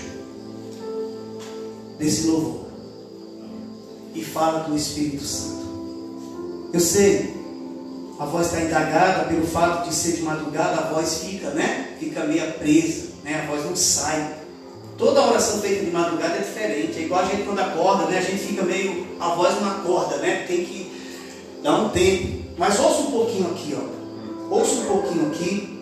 desse louvor. E fala do Espírito Santo. Eu sei, a voz está indagada pelo fato de ser de madrugada, a voz fica, né? Fica meio presa, né? A voz não sai. Toda oração feita de madrugada é diferente. É igual a gente quando acorda, né? A gente fica meio, a voz não acorda, né? Tem que dar um tempo. Mas ouça um pouquinho aqui, ó. Ouça um pouquinho aqui.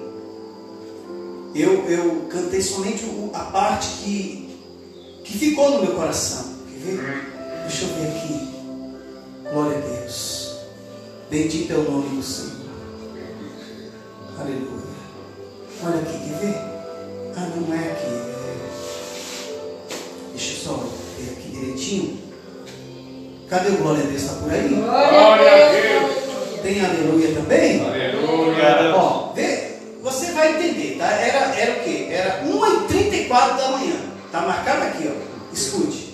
Eu cantei somente a parte que ficou no meu coração. Quer ver? Deixa eu ver aqui. Glória a Deus. Bendito é o nome do Senhor. Aleluia. Olha aqui, quer ver? Ah, não é aqui. Deixa eu só ver aqui direitinho. Cadê o glória a Deus? Está por aí? Glória a Deus. Tem aleluia também? Aleluia. Ó, vê, você vai entender, tá? Era o quê? Era 1h34 da manhã. Está marcado aqui, ó. Escute.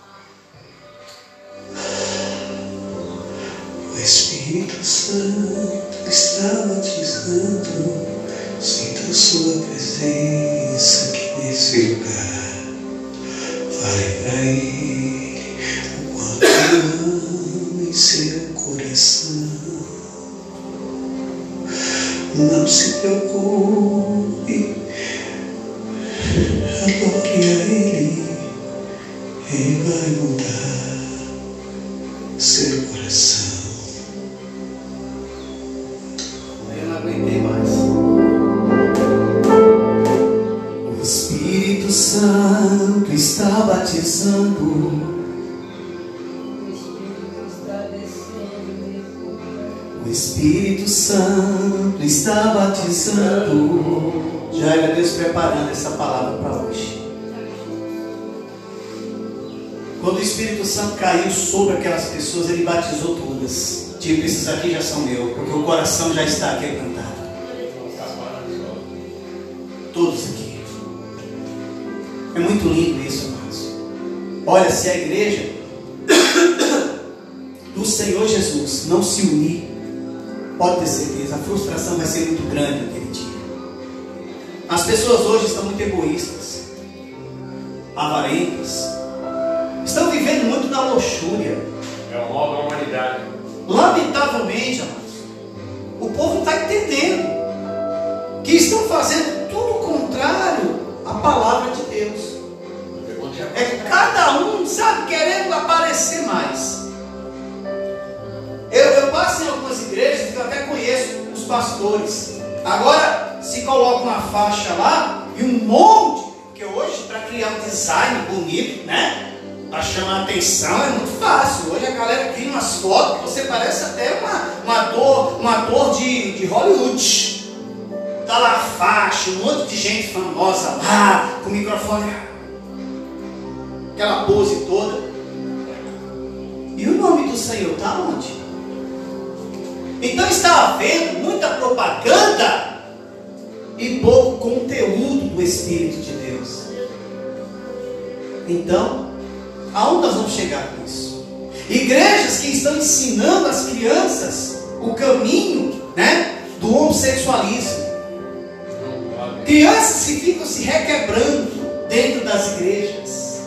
O Espírito Santo está batizando, sinta sua presença aqui nesse lugar. Fale para ele o quanto ama em seu coração. Não se preocupe, adore a ele vai mudar seu coração. Eu não aguentei mais. O Espírito Santo está batizando. O Espírito Santo está batizando. Já era Deus preparando essa palavra para hoje. Quando o Espírito Santo caiu sobre aquelas pessoas, ele batizou todas. Tipo, esses aqui já são meus, porque o coração já está quebrantado. Todos aqui. É muito lindo isso, irmãos. Olha, se a igreja do Senhor Jesus não se unir, pode ter certeza, a frustração vai ser muito grande naquele dia. As pessoas hoje estão muito egoístas, avarentas, estão vivendo muito na luxúria. É o mal da humanidade. Lamentavelmente, amados, o povo não está entendendo que estão fazendo tudo contrário à palavra de Deus. É cada um, sabe, querendo aparecer mais. Eu passo em algumas igrejas que eu até conheço os pastores. Agora se coloca uma faixa lá e um monte, porque hoje para criar um design bonito, né? Para chamar a atenção é muito fácil. Hoje a galera cria umas fotos que você parece até um ator de Hollywood. Tá lá a faixa, um monte de gente famosa lá, com o microfone, aquela pose toda. E o nome do Senhor está onde? Então está havendo muita propaganda e pouco conteúdo do Espírito de Deus. Então, aonde nós vamos chegar com isso? Igrejas que estão ensinando às crianças o caminho, né, do homossexualismo. Crianças que ficam se requebrando dentro das igrejas.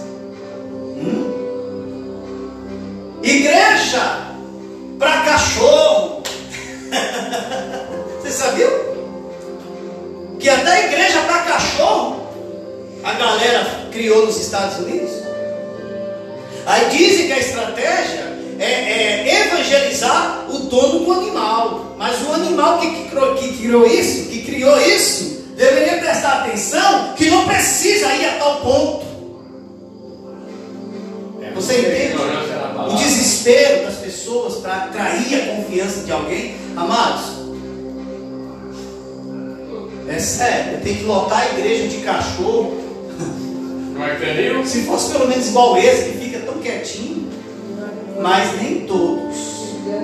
Igreja para cachorro. sabia? Que até igreja para cachorro a galera criou nos Estados Unidos. Aí dizem que a estratégia é evangelizar o dono do animal. Mas o animal que criou isso, deveria prestar atenção que não precisa ir a tal ponto. Você entende o desespero das pessoas para atrair a confiança de alguém? Amados, é sério, tem que lotar a igreja de cachorro. Não é entendeu? Se fosse pelo menos igual esse, que fica tão quietinho. Mas nem todos.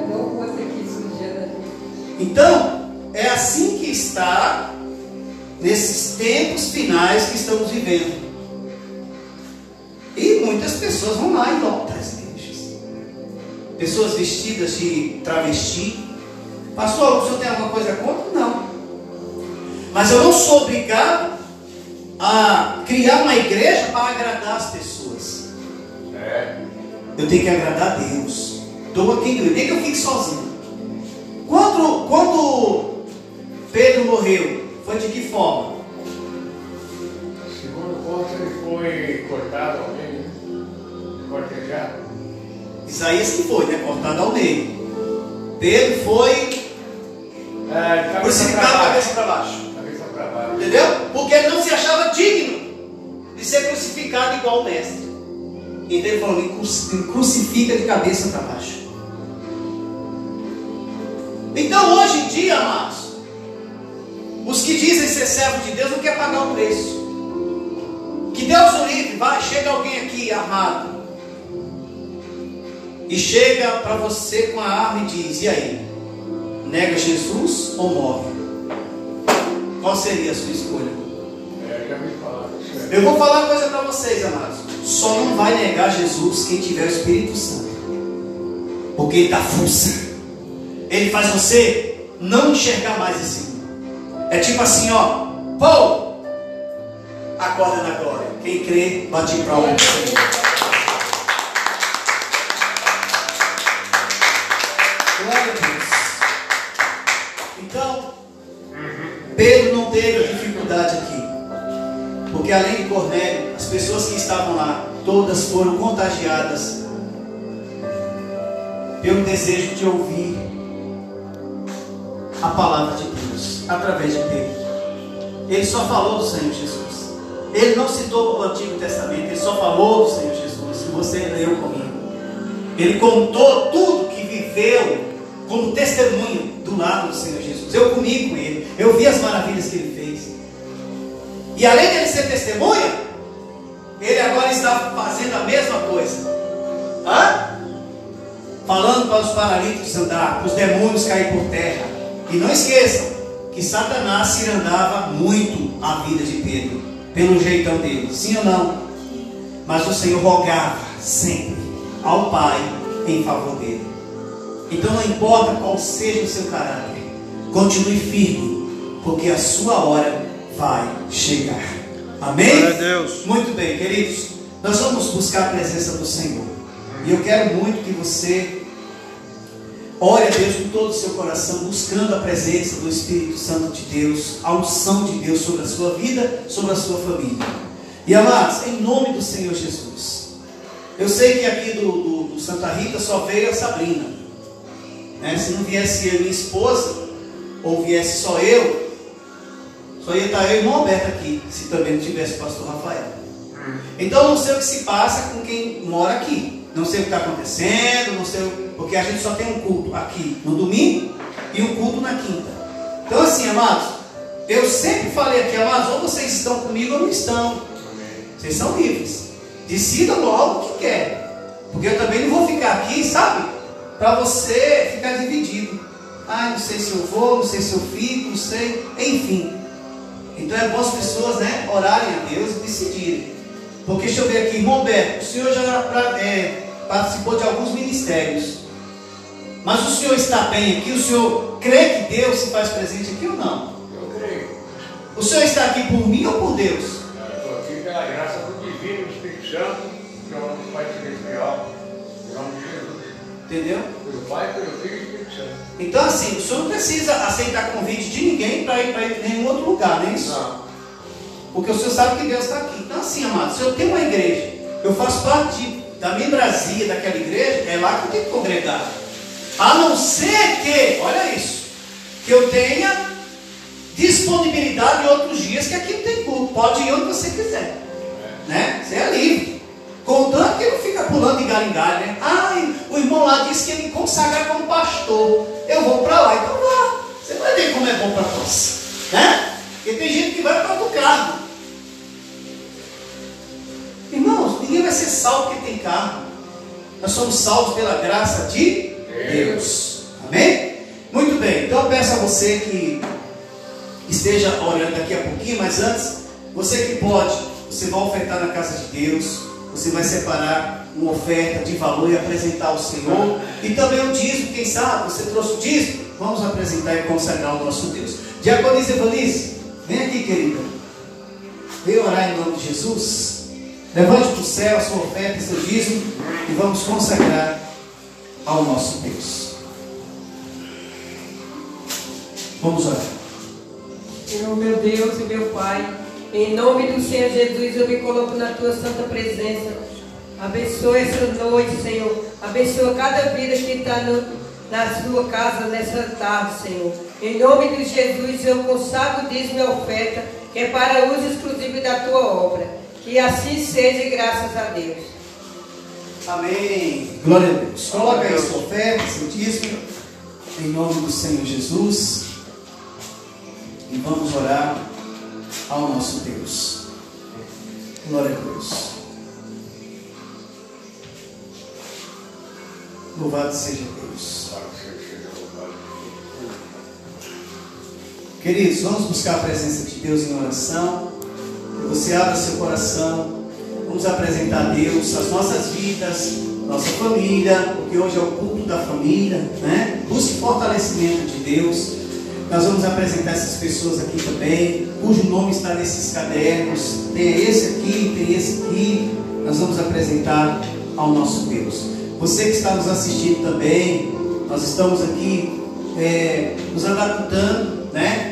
Então, é assim que está nesses tempos finais que estamos vivendo. E muitas pessoas vão lá e lotam as igrejas. Pessoas vestidas de travesti. Pastor, o senhor tem alguma coisa contra? Não. Mas eu não sou obrigado a criar uma igreja para agradar as pessoas. Eu tenho que agradar a Deus. Doa quem doer, nem que eu fique sozinho. Quando Pedro morreu, foi de que forma? Segundo o ponto, ele foi cortado ao meio, cortejado. Isaías que foi, né? Cortado ao meio. Pedro foi crucificado cabeça para baixo. Entendeu? Porque ele não se achava digno de ser crucificado igual o mestre. Então ele falou: me crucifica de cabeça para baixo. Então hoje em dia, amados, os que dizem ser servo de Deus não querem pagar o preço. Que Deus o livre, vai, chega alguém aqui armado e chega para você com a arma e diz: e aí? Nega Jesus ou morre? Qual seria a sua escolha? Eu vou falar uma coisa para vocês, amados. Só não vai negar Jesus quem tiver o Espírito Santo. Porque ele dá força. Ele faz você não enxergar mais esse mundo. É tipo assim, ó. Pô! Acorda na glória. Quem crê, bate palma no Senhor. Glória a Deus. Então, Pedro não teve dificuldade aqui. Porque além de Cornélio, as pessoas que estavam lá, todas foram contagiadas pelo desejo de ouvir a palavra de Deus, através de Pedro. Ele só falou do Senhor Jesus. Ele não citou o Antigo Testamento, ele só falou do Senhor Jesus, que você leu comigo. Ele contou tudo que viveu como testemunho do lado do Senhor Jesus. Eu comi com ele, eu vi as maravilhas que ele fez. E além de ele ser testemunha, ele agora está fazendo a mesma coisa. Falando para os paralíticos andar, para os demônios cair por terra. E não esqueçam que Satanás cirandava muito a vida de Pedro, pelo jeitão dele, sim ou não? Mas o Senhor rogava sempre ao Pai em favor dele. Então não importa qual seja o seu caráter, continue firme, porque a sua hora vai chegar. Amém? Glória a Deus. Muito bem, queridos, nós vamos buscar a presença do Senhor. E eu quero muito que você ore a Deus com todo o seu coração, buscando a presença do Espírito Santo de Deus, a unção de Deus sobre a sua vida, sobre a sua família. E amados, em nome do Senhor Jesus, eu sei que aqui do Santa Rita só veio a Sabrina, né? Se não viesse eu e minha esposa, ou viesse só eu, só ia estar eu e o irmão Alberto aqui, se também não tivesse o pastor Rafael. Então eu não sei o que se passa com quem mora aqui, não sei o que está acontecendo, não sei porque a gente só tem um culto aqui no domingo e um culto na quinta. Então assim, amados, eu sempre falei aqui, amados, ou vocês estão comigo ou não estão. Vocês são livres, decidam logo o que querem, porque eu também não vou ficar aqui, sabe, para você ficar dividido. Não sei se eu vou, não sei se eu fico, não sei, enfim. Então é bom as pessoas, né, orarem a Deus e decidirem. Porque deixa eu ver aqui, irmão Beto, o senhor já participou de alguns ministérios, mas o senhor está bem aqui? O senhor crê que Deus se faz presente aqui ou não? Eu creio. O senhor está aqui por mim ou por Deus? Eu estou aqui pela graça do Divino Espírito Santo, que é o nosso Pai Celestial, em nome de Jesus. Entendeu? Pelo Pai, pelo Filho e Espírito Santo. Então assim, o senhor não precisa aceitar convite de para ir para nenhum outro lugar, não é isso? Não. Porque o Senhor sabe que Deus está aqui. Então assim, amado, se eu tenho uma igreja, eu faço parte da membrasia daquela igreja, é lá que eu tenho que congregar. A não ser que, olha isso, que eu tenha disponibilidade em outros dias que aqui não tem culto. Pode ir onde você quiser, né? Você é livre. Contanto que não fica pulando de galho em galho, né? Ai, o irmão lá disse que ele me consagrar como pastor. Eu vou para lá, então vá. Você vai ver como é bom para nós, né? Porque tem gente que vai para outro carro. Irmãos, ninguém vai ser salvo porque tem carro. Nós somos salvos pela graça de Deus. Amém? Muito bem, então eu peço a você que esteja orando daqui a pouquinho, mas antes, você que pode, você vai ofertar na casa de Deus, você vai separar uma oferta de valor e apresentar ao Senhor, e também o dízimo, quem sabe, você trouxe o dízimo, vamos apresentar e consagrar o nosso Deus. Diaconisa Evanice, vem aqui, querida, vem orar em nome de Jesus, levante para o céu a sua oferta, seu dízimo, e vamos consagrar ao nosso Deus. Vamos orar. Senhor, meu Deus e meu Pai, em nome do Senhor Jesus, eu me coloco na Tua santa presença. Abençoa essa noite, Senhor. Abençoa cada vida que está na Sua casa nessa tarde, Senhor. Em nome de Jesus, eu consagro o dízimo e a oferta, que é para uso exclusivo da Tua obra. Que assim seja, e graças a Deus. Amém. Glória a Deus. Coloca aí sua oferta, seu dízimo, em nome do Senhor Jesus. E vamos orar ao nosso Deus. Glória a Deus. Louvado seja Deus. Queridos, vamos buscar a presença de Deus em oração. Que você abra seu coração. Vamos apresentar a Deus as nossas vidas, nossa família, porque hoje é o culto da família, né? Busque fortalecimento de Deus. Nós vamos apresentar essas pessoas aqui também, cujo nome está nesses cadernos. Tem esse aqui, tem esse aqui. Nós vamos apresentar ao nosso Deus. Você que está nos assistindo também, nós estamos aqui nos adaptando, né?